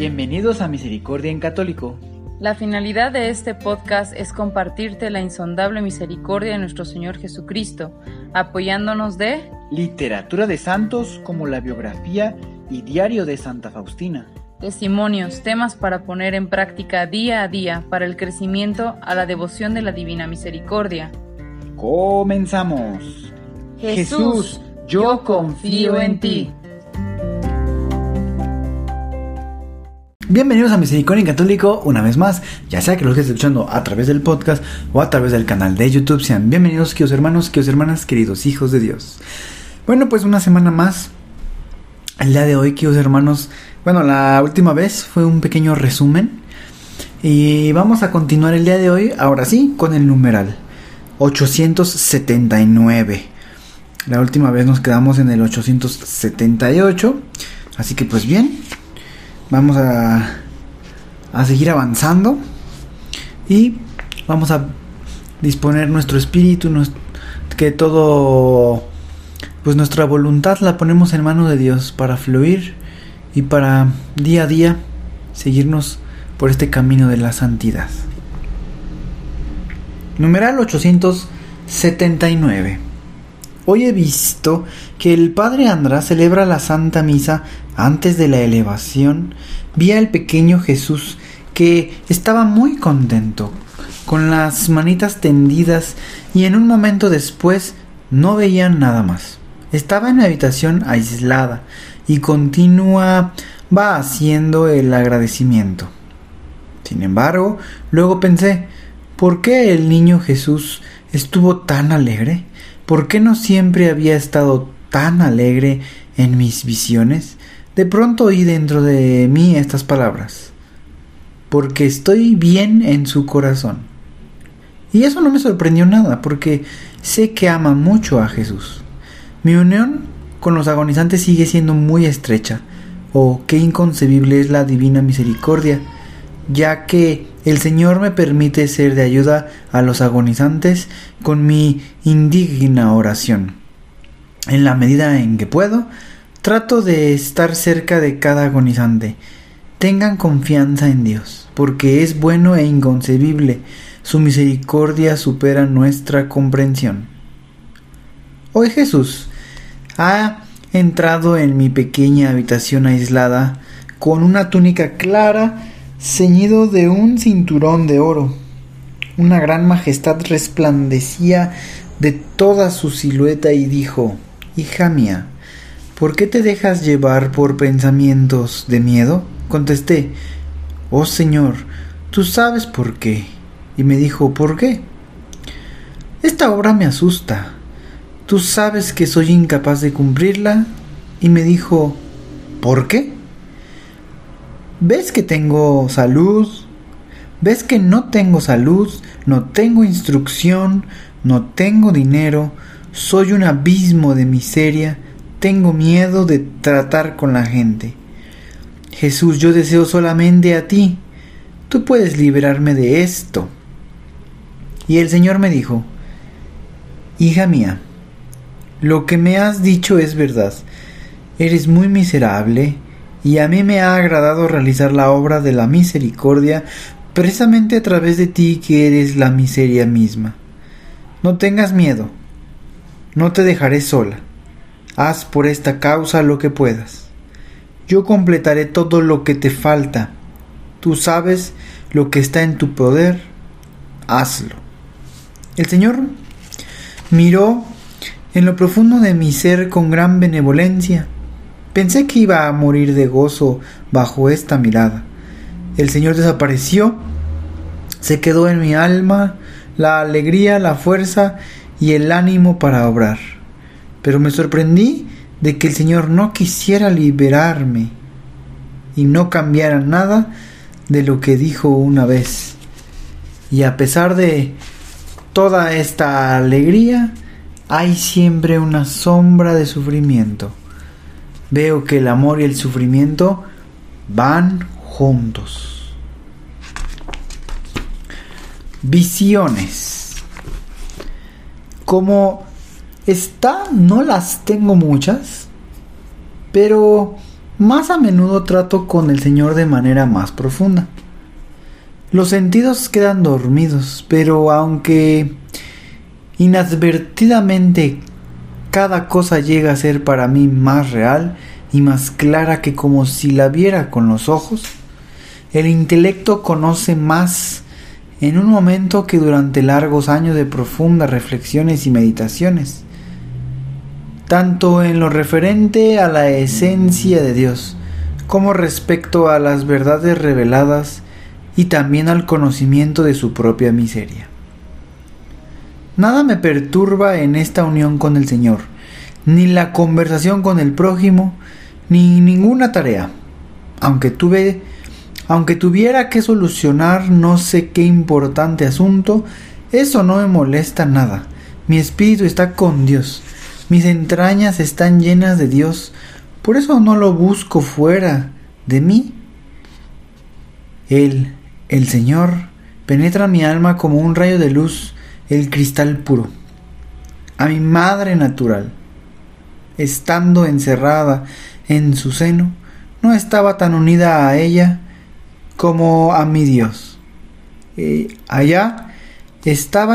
Bienvenidos a Misericordia en Católico. La finalidad de este podcast es compartirte la insondable misericordia de nuestro Señor Jesucristo, apoyándonos de literatura de santos como la biografía y diario de Santa Faustina, testimonios, temas para poner en práctica día a día para el crecimiento a la devoción de la Divina Misericordia. ¡Comenzamos! Jesús, yo confío en ti. Bienvenidos a Misericordia en Católico una vez más, ya sea que los estés escuchando a través del podcast o a través del canal de YouTube. Sean bienvenidos, queridos hermanos, queridos hermanas, queridos hijos de Dios. Bueno, pues una semana más. El día de hoy, queridos hermanos, la última vez fue un pequeño resumen y vamos a continuar el día de hoy, ahora sí, con el numeral 879. La última vez nos quedamos en el 878, así que pues bien, vamos a seguir avanzando y vamos a disponer nuestro espíritu, que todo, pues nuestra voluntad la ponemos en manos de Dios para fluir y para día a día seguirnos por este camino de la santidad. Numeral 879. Hoy he visto que el Padre András celebra la Santa Misa antes de la elevación. Vi al pequeño Jesús que estaba muy contento, con las manitas tendidas, y en un momento después no veía nada más. Estaba en una habitación aislada y continuaba haciendo el agradecimiento. Sin embargo, luego pensé, ¿por qué el niño Jesús estuvo tan alegre? ¿Por qué no siempre había estado tan alegre en mis visiones? De pronto oí dentro de mí estas palabras: porque estoy bien en su corazón. Y eso no me sorprendió nada, porque sé que ama mucho a Jesús. Mi unión con los agonizantes sigue siendo muy estrecha. Oh, qué inconcebible es la divina misericordia, ya que el Señor me permite ser de ayuda a los agonizantes con mi indigna oración. En la medida en que puedo, trato de estar cerca de cada agonizante. Tengan confianza en Dios, porque es bueno e inconcebible. Su misericordia supera nuestra comprensión. Hoy Jesús ha entrado en mi pequeña habitación aislada con una túnica clara, ceñido de un cinturón de oro. Una gran majestad resplandecía de toda su silueta y dijo: hija mía, ¿por qué te dejas llevar por pensamientos de miedo? Contesté: oh Señor, tú sabes por qué. Y me dijo: ¿por qué? Esta obra me asusta. Tú sabes que soy incapaz de cumplirla. Y me dijo: ¿por qué? ¿Ves que tengo salud? ¿Ves que no tengo salud? No tengo instrucción, no tengo dinero, soy un abismo de miseria, tengo miedo de tratar con la gente. Jesús, yo deseo solamente a ti, tú puedes liberarme de esto. Y el Señor me dijo: hija mía, lo que me has dicho es verdad, eres muy miserable, y a mí me ha agradado realizar la obra de la misericordia precisamente a través de ti, que eres la miseria misma. No tengas miedo, no te dejaré sola. Haz por esta causa lo que puedas. Yo completaré todo lo que te falta. Tú sabes lo que está en tu poder, hazlo. El Señor miró en lo profundo de mi ser con gran benevolencia. Pensé que iba a morir de gozo bajo esta mirada. El Señor desapareció. Se quedó en mi alma la alegría, la fuerza y el ánimo para obrar. Pero me sorprendí de que el Señor no quisiera liberarme y no cambiara nada de lo que dijo una vez. Y a pesar de toda esta alegría, hay siempre una sombra de sufrimiento. Veo que el amor y el sufrimiento van juntos. Visiones. Como no las tengo muchas, pero más a menudo trato con el Señor de manera más profunda. Los sentidos quedan dormidos, pero aunque inadvertidamente cada cosa llega a ser para mí más real y más clara que como si la viera con los ojos, el intelecto conoce más en un momento que durante largos años de profundas reflexiones y meditaciones, tanto en lo referente a la esencia de Dios, como respecto a las verdades reveladas y también al conocimiento de su propia miseria. Nada me perturba en esta unión con el Señor, ni la conversación con el prójimo, ni ninguna tarea, aunque tuviera que solucionar no sé qué importante asunto. Eso no me molesta nada. Mi espíritu está con Dios, mis entrañas están llenas de Dios, por eso no lo busco fuera de mí. El Señor penetra mi alma como un rayo de luz, el cristal puro. A mi madre natural, estando encerrada en su seno, no estaba tan unida a ella como a mi Dios. Allá estaba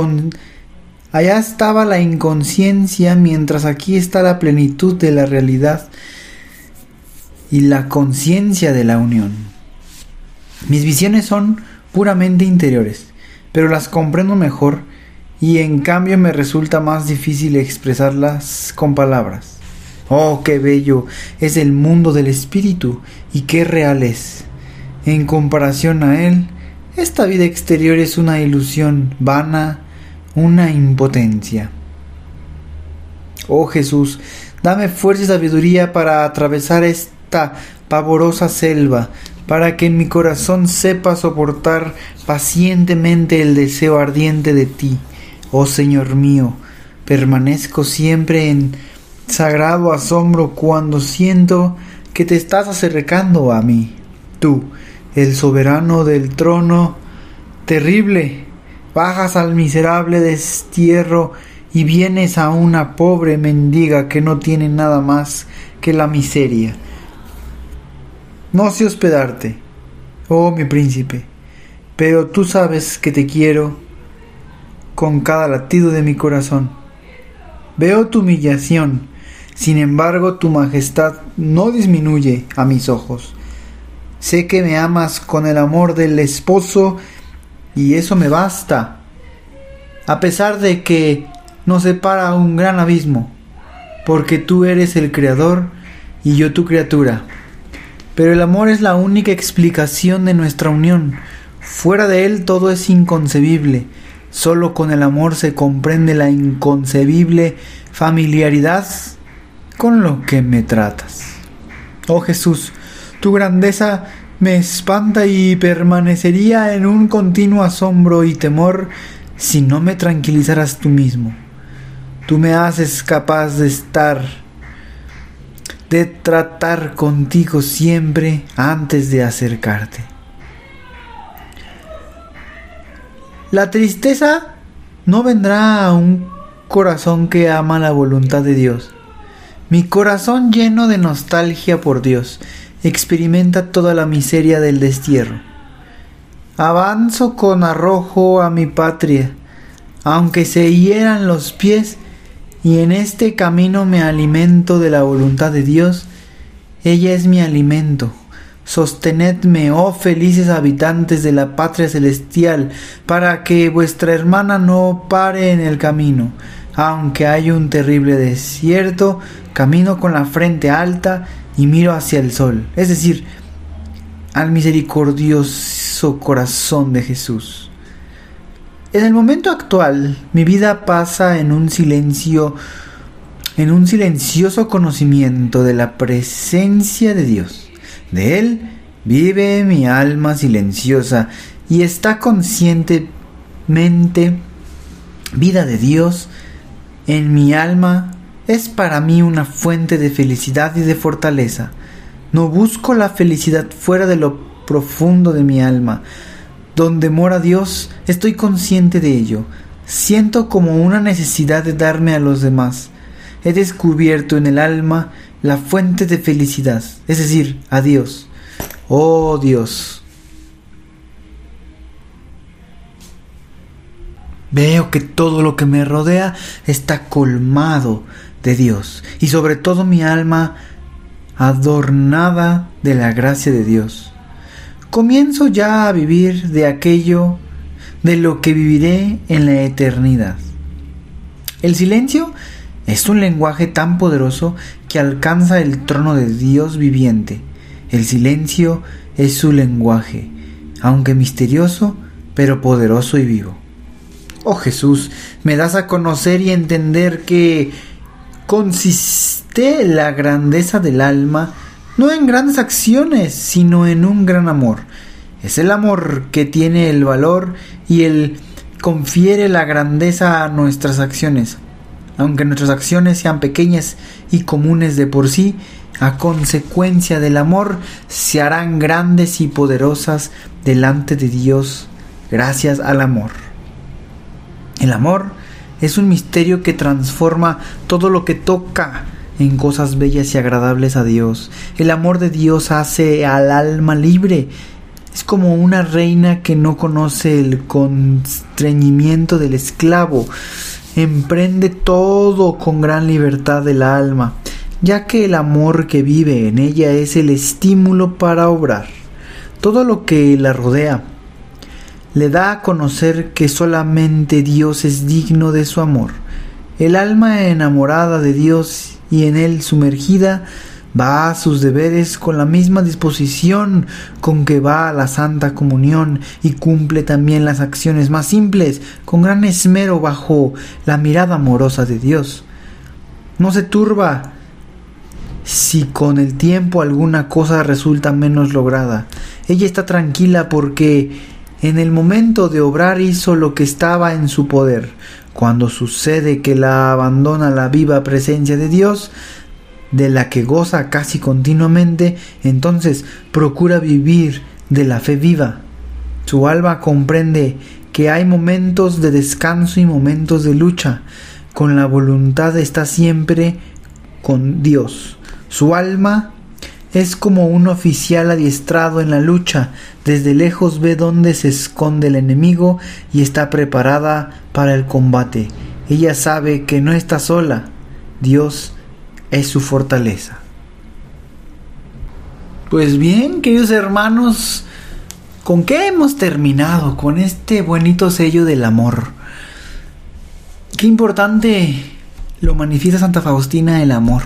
la inconsciencia, mientras aquí está la plenitud de la realidad y la conciencia de la unión. Mis visiones son puramente interiores, pero las comprendo mejor y en cambio me resulta más difícil expresarlas con palabras. Oh, qué bello es el mundo del espíritu y qué real es. En comparación a él, esta vida exterior es una ilusión vana, una impotencia. Oh Jesús, dame fuerza y sabiduría para atravesar esta pavorosa selva, para que mi corazón sepa soportar pacientemente el deseo ardiente de ti. Oh Señor mío, permanezco siempre en sagrado asombro cuando siento que te estás acercando a mí. Tú, el soberano del trono terrible, bajas al miserable destierro y vienes a una pobre mendiga que no tiene nada más que la miseria. No sé hospedarte, oh mi príncipe, pero tú sabes que te quiero con cada latido de mi corazón. Veo tu humillación, sin embargo tu majestad no disminuye a mis ojos. Sé que me amas con el amor del esposo y eso me basta, a pesar de que nos separa un gran abismo, porque tú eres el Creador y yo tu criatura. Pero el amor es la única explicación de nuestra unión. Fuera de él todo es inconcebible. Solo con el amor se comprende la inconcebible familiaridad con lo que me tratas. Oh Jesús, tu grandeza me espanta y permanecería en un continuo asombro y temor si no me tranquilizaras tú mismo. Tú me haces capaz de tratar contigo siempre antes de acercarte. La tristeza no vendrá a un corazón que ama la voluntad de Dios. Mi corazón, lleno de nostalgia por Dios, experimenta toda la miseria del destierro. Avanzo con arrojo a mi patria, aunque se hieran los pies, y en este camino me alimento de la voluntad de Dios. Ella es mi alimento. Sostenedme, oh felices habitantes de la patria celestial, para que vuestra hermana no pare en el camino. Aunque hay un terrible desierto, camino con la frente alta y miro hacia el sol, es decir, al misericordioso corazón de Jesús. En el momento actual, mi vida pasa en un silencioso conocimiento de la presencia de Dios. De Él vive mi alma silenciosa y está conscientemente vida de Dios en mi alma. Es para mí una fuente de felicidad y de fortaleza. No busco la felicidad fuera de lo profundo de mi alma. Donde mora Dios, estoy consciente de ello. Siento como una necesidad de darme a los demás. He descubierto en el alma la fuente de felicidad, es decir, a Dios. Oh Dios, veo que todo lo que me rodea está colmado de Dios, y sobre todo mi alma adornada de la gracia de Dios. Comienzo ya a vivir de aquello de lo que viviré en la eternidad. El silencio es un lenguaje tan poderoso que alcanza el trono de Dios viviente. El silencio es su lenguaje, aunque misterioso, pero poderoso y vivo. Oh Jesús, me das a conocer y entender que consiste la grandeza del alma no en grandes acciones, sino en un gran amor. Es el amor que tiene el valor y el confiere la grandeza a nuestras acciones. Aunque nuestras acciones sean pequeñas y comunes de por sí, a consecuencia del amor se harán grandes y poderosas delante de Dios gracias al amor. El amor es un misterio que transforma todo lo que toca en cosas bellas y agradables a Dios. El amor de Dios hace al alma libre. Es como una reina que no conoce el constreñimiento del esclavo. Emprende todo con gran libertad del alma, ya que el amor que vive en ella es el estímulo para obrar. Todo lo que la rodea le da a conocer que solamente Dios es digno de su amor. El alma enamorada de Dios y en él sumergida va a sus deberes con la misma disposición con que va a la Santa Comunión, y cumple también las acciones más simples con gran esmero bajo la mirada amorosa de Dios. No se turba si con el tiempo alguna cosa resulta menos lograda. Ella está tranquila porque en el momento de obrar hizo lo que estaba en su poder. Cuando sucede que la abandona la viva presencia de Dios, de la que goza casi continuamente, entonces procura vivir de la fe viva. Su alma comprende que hay momentos de descanso y momentos de lucha. Con la voluntad está siempre con Dios. Su alma es como un oficial adiestrado en la lucha. Desde lejos ve dónde se esconde el enemigo y está preparada para el combate. Ella sabe que no está sola. Dios es su fortaleza. Pues bien, queridos hermanos, ¿con qué hemos terminado? Con este bonito sello del amor. Qué importante lo manifiesta Santa Faustina, el amor.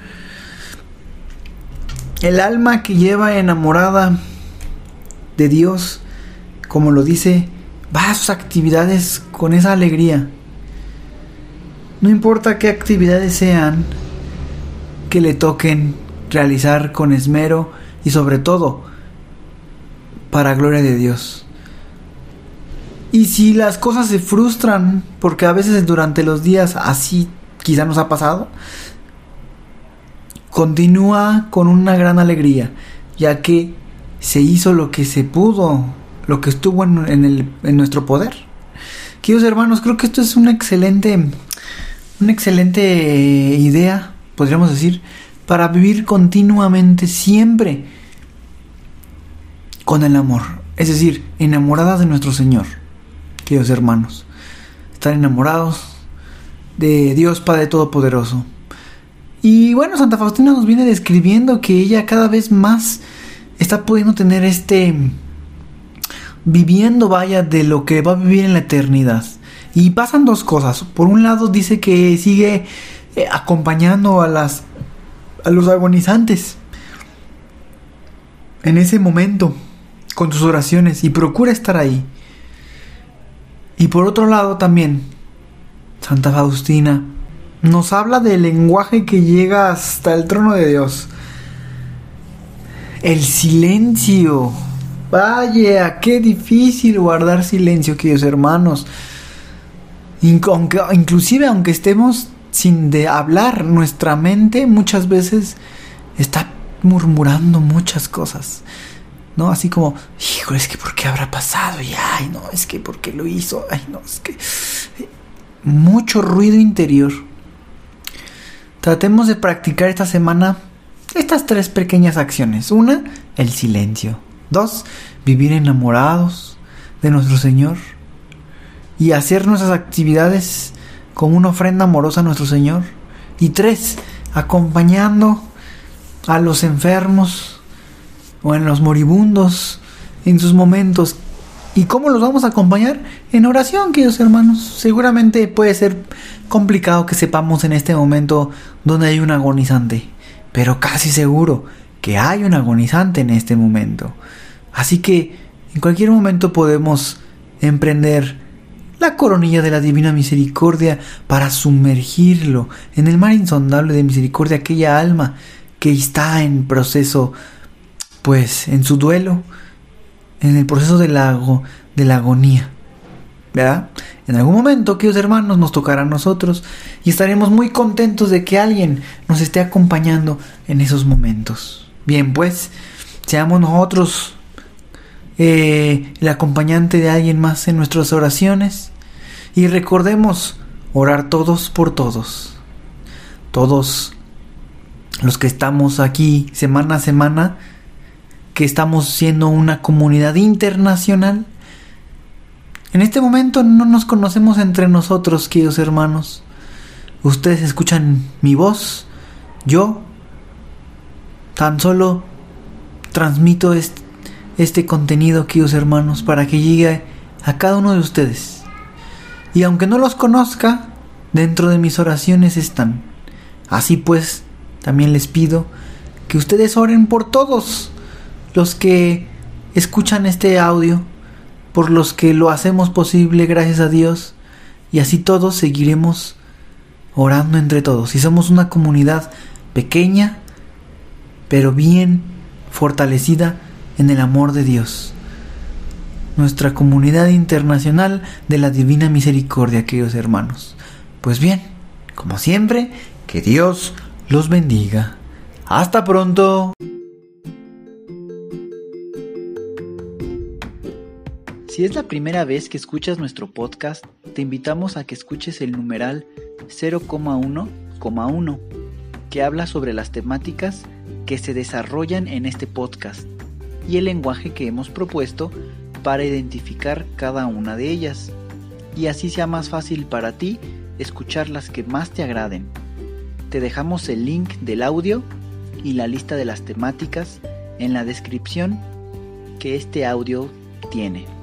El alma que lleva enamorada de Dios, como lo dice, va a sus actividades con esa alegría. No importa qué actividades sean que le toquen realizar con esmero y sobre todo para gloria de Dios. Y si las cosas se frustran, porque a veces durante los días así quizá nos ha pasado, continúa con una gran alegría, ya que se hizo lo que se pudo, lo que estuvo en nuestro poder. Queridos hermanos, creo que esto es una excelente idea, podríamos decir, para vivir continuamente, siempre con el amor. Es decir, enamoradas de nuestro Señor, queridos hermanos. Estar enamorados de Dios Padre Todopoderoso. Y bueno, Santa Faustina nos viene describiendo que ella cada vez más está pudiendo tener viviendo, vaya, de lo que va a vivir en la eternidad. Y pasan dos cosas. Por un lado dice que sigue acompañando a los agonizantes en ese momento con sus oraciones y procura estar ahí. Y por otro lado también Santa Faustina nos habla del lenguaje que llega hasta el trono de Dios. El silencio. Vaya, qué difícil guardar silencio, queridos hermanos. Inclusive aunque estemos sin de hablar, nuestra mente muchas veces está murmurando muchas cosas, ¿no? Así como, híjole, es que ¿por qué habrá pasado? Y ay, no, es que ¿por qué lo hizo? Ay, no, es que mucho ruido interior. tratemos de practicar esta semana estas 3 pequeñas acciones. 1, el silencio. 2, vivir enamorados de nuestro Señor y hacer nuestras actividades como una ofrenda amorosa a nuestro Señor. Y 3, acompañando a los enfermos o en los moribundos en sus momentos. ¿Y cómo los vamos a acompañar? En oración, queridos hermanos. Seguramente puede ser complicado que sepamos en este momento donde hay un agonizante, pero casi seguro que hay un agonizante en este momento. Así que en cualquier momento podemos emprender la coronilla de la Divina Misericordia para sumergirlo en el mar insondable de misericordia, aquella alma que está en proceso, pues en su duelo, en el proceso de la agonía, ¿verdad? En algún momento, queridos hermanos, nos tocará a nosotros y estaremos muy contentos de que alguien nos esté acompañando en esos momentos. Bien, pues, seamos nosotros el acompañante de alguien más en nuestras oraciones y recordemos orar todos por todos. Todos los que estamos aquí semana a semana, que estamos siendo una comunidad internacional. En este momento no nos conocemos entre nosotros, queridos hermanos. Ustedes escuchan mi voz. Yo tan solo transmito este contenido, queridos hermanos, para que llegue a cada uno de ustedes. Y aunque no los conozca, dentro de mis oraciones están. Así pues, también les pido que ustedes oren por todos los que escuchan este audio, por los que lo hacemos posible gracias a Dios, y así todos seguiremos orando entre todos. Y somos una comunidad pequeña, pero bien fortalecida en el amor de Dios. Nuestra comunidad internacional de la Divina Misericordia, queridos hermanos. Pues bien, como siempre, que Dios los bendiga. ¡Hasta pronto! Si es la primera vez que escuchas nuestro podcast, te invitamos a que escuches el numeral 0,1,1, que habla sobre las temáticas que se desarrollan en este podcast y el lenguaje que hemos propuesto para identificar cada una de ellas, y así sea más fácil para ti escuchar las que más te agraden. Te dejamos el link del audio y la lista de las temáticas en la descripción que este audio tiene.